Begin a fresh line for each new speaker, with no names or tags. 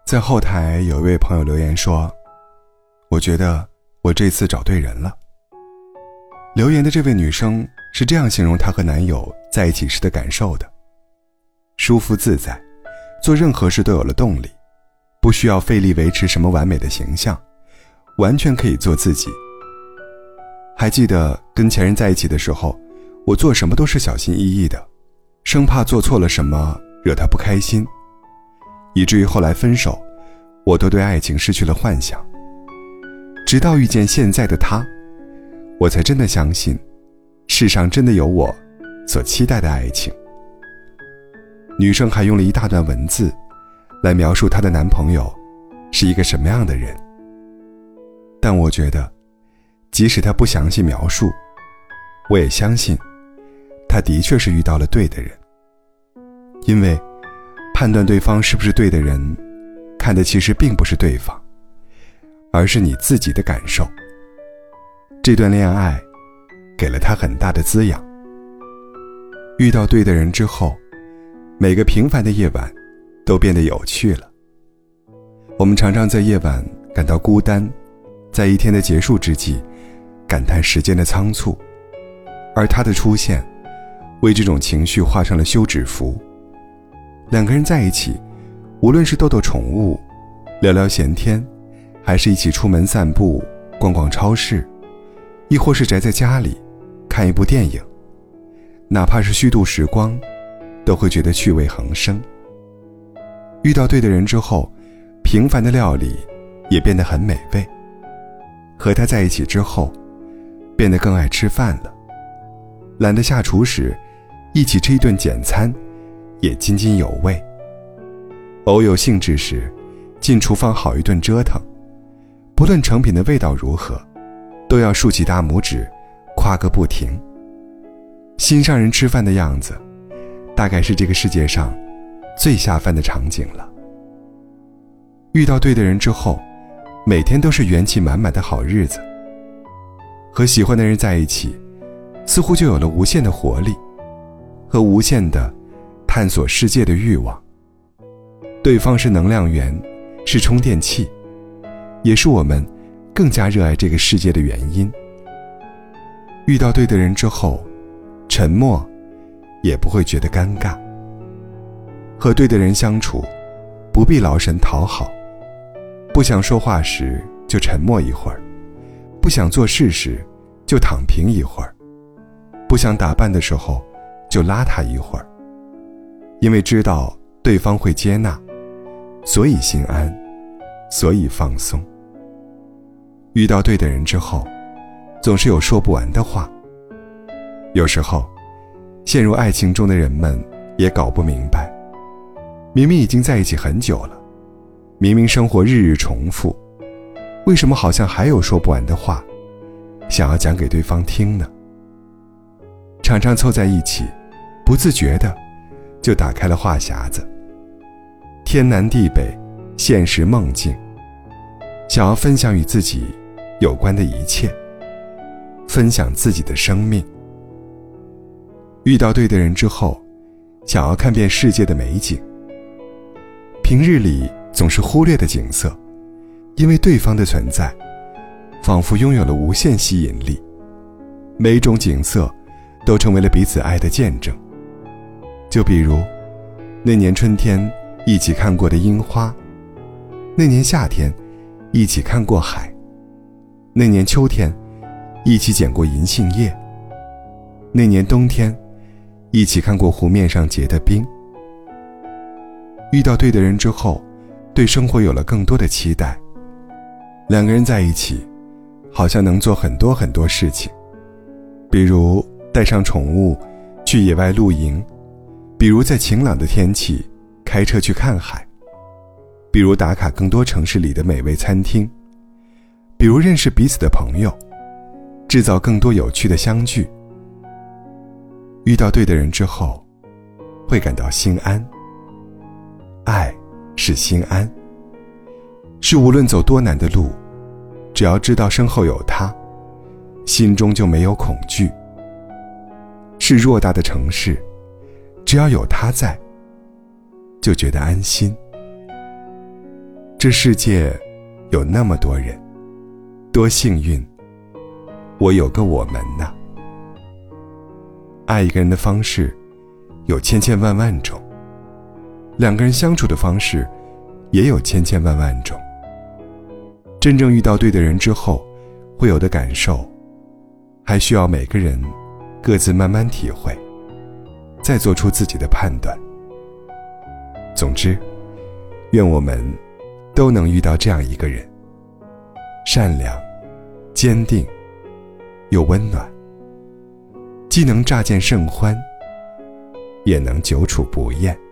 在后台有一位朋友留言说，我觉得我这次找对人了。留言的这位女生是这样形容她和男友在一起时的感受的：舒服自在，做任何事都有了动力，不需要费力维持什么完美的形象，完全可以做自己。还记得跟前任在一起的时候，我做什么都是小心翼翼的，生怕做错了什么惹他不开心，以至于后来分手，我都对爱情失去了幻想。直到遇见现在的他，我才真的相信世上真的有我所期待的爱情。女生还用了一大段文字来描述她的男朋友是一个什么样的人，但我觉得即使她不详细描述，我也相信她的确是遇到了对的人。因为判断对方是不是对的人，看的其实并不是对方，而是你自己的感受。这段恋爱给了他很大的滋养。遇到对的人之后，每个平凡的夜晚都变得有趣了。我们常常在夜晚感到孤单，在一天的结束之际感叹时间的仓促，而他的出现为这种情绪画上了休止符。两个人在一起，无论是逗逗宠物，聊聊闲天，还是一起出门散步，逛逛超市，亦或是宅在家里看一部电影，哪怕是虚度时光，都会觉得趣味横生。遇到对的人之后，平凡的料理也变得很美味。和他在一起之后，变得更爱吃饭了，懒得下厨时，一起吃一顿简餐也津津有味。偶有兴致时，进厨房好一顿折腾，不论成品的味道如何，都要竖起大拇指夸个不停。心上人吃饭的样子，大概是这个世界上最下饭的场景了。遇到对的人之后，每天都是元气满满的好日子。和喜欢的人在一起，似乎就有了无限的活力和无限的探索世界的欲望。对方是能量源，是充电器，也是我们更加热爱这个世界的原因。遇到对的人之后，沉默也不会觉得尴尬。和对的人相处，不必劳神讨好，不想说话时就沉默一会儿，不想做事时就躺平一会儿，不想打扮的时候就邋遢一会儿。因为知道对方会接纳，所以心安，所以放松。遇到对的人之后，总是有说不完的话。有时候陷入爱情中的人们也搞不明白，明明已经在一起很久了，明明生活日日重复，为什么好像还有说不完的话想要讲给对方听呢？常常凑在一起，不自觉的就打开了话匣子，天南地北，现实梦境，想要分享与自己有关的一切，分享自己的生命。遇到对的人之后，想要看遍世界的美景，平日里总是忽略的景色，因为对方的存在，仿佛拥有了无限吸引力。每种景色都成为了彼此爱的见证。就比如那年春天一起看过的樱花，那年夏天一起看过海，那年秋天一起捡过银杏叶，那年冬天一起看过湖面上结的冰。遇到对的人之后，对生活有了更多的期待。两个人在一起，好像能做很多很多事情，比如带上宠物去野外露营，比如在晴朗的天气开车去看海，比如打卡更多城市里的美味餐厅，比如认识彼此的朋友，制造更多有趣的相聚。遇到对的人之后，会感到心安。爱是心安，是无论走多难的路，只要知道身后有他，心中就没有恐惧。是偌大的城市，只要有他在，就觉得安心。 这世界有那么多人，多幸运，我有个我们呐。爱一个人的方式有千千万万种，两个人相处的方式也有千千万万种。真正遇到对的人之后会有的感受，还需要每个人各自慢慢体会，再做出自己的判断。总之，愿我们都能遇到这样一个人，善良、坚定又温暖，既能乍见甚欢，也能久处不厌。